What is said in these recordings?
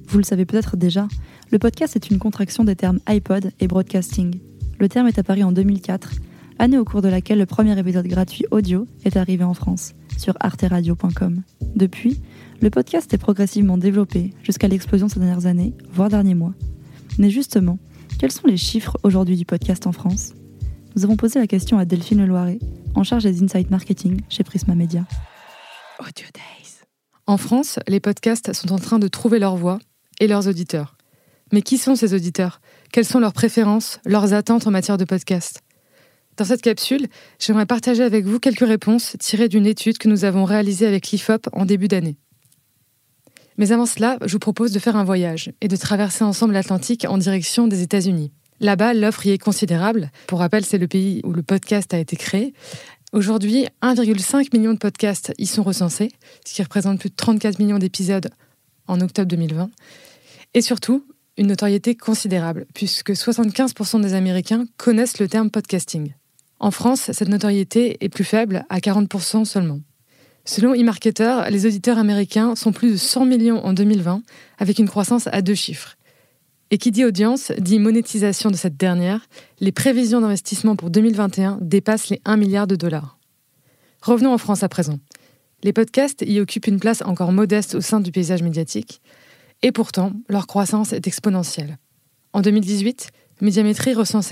Vous le savez peut-être déjà, le podcast est une contraction des termes iPod et broadcasting. Le terme est apparu en 2004, année au cours de laquelle le premier épisode gratuit audio est arrivé en France, sur arteradio.com. Depuis, le podcast est progressivement développé jusqu'à l'explosion ces dernières années, voire derniers mois. Mais justement, quels sont les chiffres aujourd'hui du podcast en France ? Nous avons posé la question à Delphine Leloiret, en charge des insights marketing chez Prisma Media. Audio Days. En France, les podcasts sont en train de trouver leur voix et leurs auditeurs. Mais qui sont ces auditeurs ? Quelles sont leurs préférences, leurs attentes en matière de podcast ? Dans cette capsule, j'aimerais partager avec vous quelques réponses tirées d'une étude que nous avons réalisée avec l'IFOP en début d'année. Mais avant cela, je vous propose de faire un voyage et de traverser ensemble l'Atlantique en direction des États-Unis. Là-bas, l'offre y est considérable. Pour rappel, c'est le pays où le podcast a été créé. Aujourd'hui, 1,5 million de podcasts y sont recensés, ce qui représente plus de 34 millions d'épisodes en octobre 2020. Et surtout, une notoriété considérable, puisque 75% des Américains connaissent le terme podcasting. En France, cette notoriété est plus faible, à 40% seulement. Selon eMarketer, les auditeurs américains sont plus de 100 millions en 2020, avec une croissance à 2 chiffres. Et qui dit audience, dit monétisation de cette dernière. Les prévisions d'investissement pour 2021 dépassent les 1 milliard de dollars. Revenons en France à présent. Les podcasts y occupent une place encore modeste au sein du paysage médiatique. Et pourtant, leur croissance est exponentielle. En 2018, Médiamétrie recensait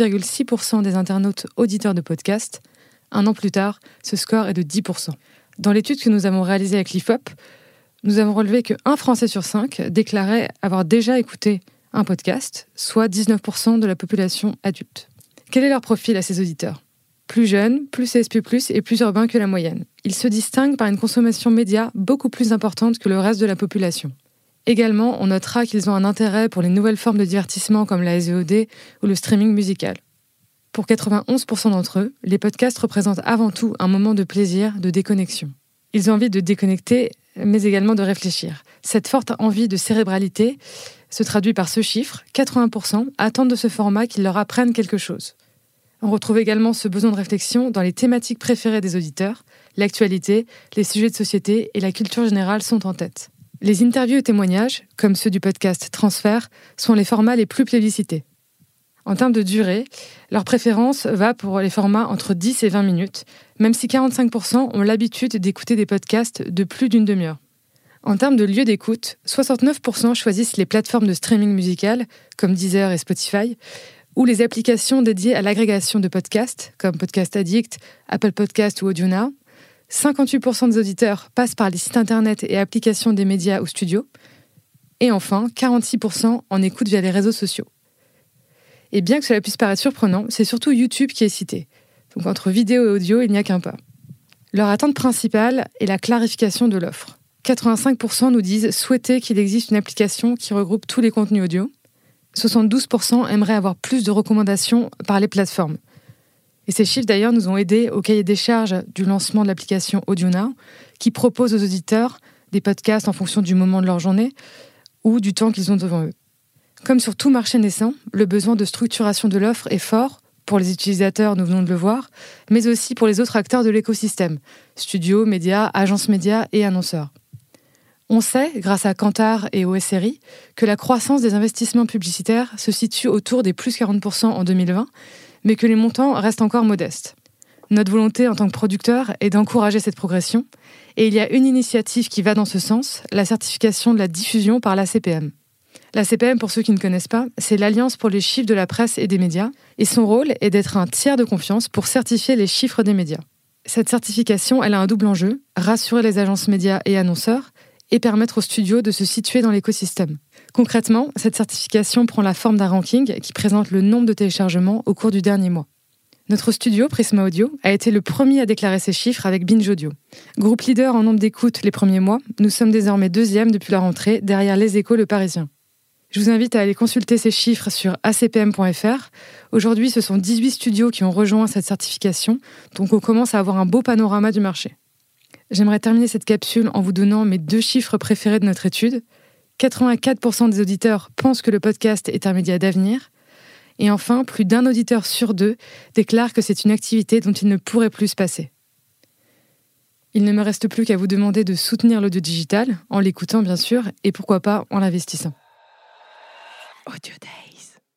6,6% des internautes auditeurs de podcasts. Un an plus tard, ce score est de 10%. Dans l'étude que nous avons réalisée avec l'IFOP, nous avons relevé que 1 Français sur 5 déclarait avoir déjà écouté un podcast, soit 19% de la population adulte. Quel est leur profil à ces auditeurs ? Plus jeunes, plus CSP+, et plus urbains que la moyenne. Ils se distinguent par une consommation média beaucoup plus importante que le reste de la population. Également, on notera qu'ils ont un intérêt pour les nouvelles formes de divertissement comme la SVOD ou le streaming musical. Pour 91% d'entre eux, les podcasts représentent avant tout un moment de plaisir, de déconnexion. Ils ont envie de déconnecter, mais également de réfléchir. Cette forte envie de cérébralité se traduit par ce chiffre, 80% attendent de ce format qu'il leur apprenne quelque chose. On retrouve également ce besoin de réflexion dans les thématiques préférées des auditeurs. L'actualité, les sujets de société et la culture générale sont en tête. Les interviews et témoignages, comme ceux du podcast Transfert, sont les formats les plus plébiscités. En termes de durée, leur préférence va pour les formats entre 10 et 20 minutes, même si 45% ont l'habitude d'écouter des podcasts de plus d'une demi-heure. En termes de lieu d'écoute, 69% choisissent les plateformes de streaming musical, comme Deezer et Spotify, ou les applications dédiées à l'agrégation de podcasts, comme Podcast Addict, Apple Podcasts ou AudioNow. 58% des auditeurs passent par les sites internet et applications des médias ou studios. Et enfin, 46% en écoutent via les réseaux sociaux. Et bien que cela puisse paraître surprenant, c'est surtout YouTube qui est cité. Donc entre vidéo et audio, il n'y a qu'un pas. Leur attente principale est la clarification de l'offre. 85% nous disent souhaiter qu'il existe une application qui regroupe tous les contenus audio. 72% aimeraient avoir plus de recommandations par les plateformes. Et ces chiffres d'ailleurs nous ont aidés au cahier des charges du lancement de l'application AudioNow, qui propose aux auditeurs des podcasts en fonction du moment de leur journée ou du temps qu'ils ont devant eux. Comme sur tout marché naissant, le besoin de structuration de l'offre est fort pour les utilisateurs, nous venons de le voir, mais aussi pour les autres acteurs de l'écosystème, studios, médias, agences médias et annonceurs. On sait, grâce à Kantar et au SRI, que la croissance des investissements publicitaires se situe autour des plus 40% en 2020, mais que les montants restent encore modestes. Notre volonté en tant que producteur est d'encourager cette progression, et il y a une initiative qui va dans ce sens, la certification de la diffusion par l'ACPM. L'ACPM, pour ceux qui ne connaissent pas, c'est l'Alliance pour les chiffres de la presse et des médias, et son rôle est d'être un tiers de confiance pour certifier les chiffres des médias. Cette certification, elle a un double enjeu, rassurer les agences médias et annonceurs, et permettre aux studios de se situer dans l'écosystème. Concrètement, cette certification prend la forme d'un ranking qui présente le nombre de téléchargements au cours du dernier mois. Notre studio, Prisma Audio, a été le premier à déclarer ces chiffres avec Binge Audio. Groupe leader en nombre d'écoutes les premiers mois, nous sommes désormais 2e depuis la rentrée, derrière Les Échos, Le Parisien. Je vous invite à aller consulter ces chiffres sur acpm.fr. Aujourd'hui, ce sont 18 studios qui ont rejoint cette certification, donc on commence à avoir un beau panorama du marché. J'aimerais terminer cette capsule en vous donnant mes 2 chiffres préférés de notre étude. 84% des auditeurs pensent que le podcast est un média d'avenir. Et enfin, plus d'1 auditeur sur 2 déclare que c'est une activité dont il ne pourrait plus se passer. Il ne me reste plus qu'à vous demander de soutenir l'audio digital, en l'écoutant bien sûr, et pourquoi pas en l'investissant. Audio Days.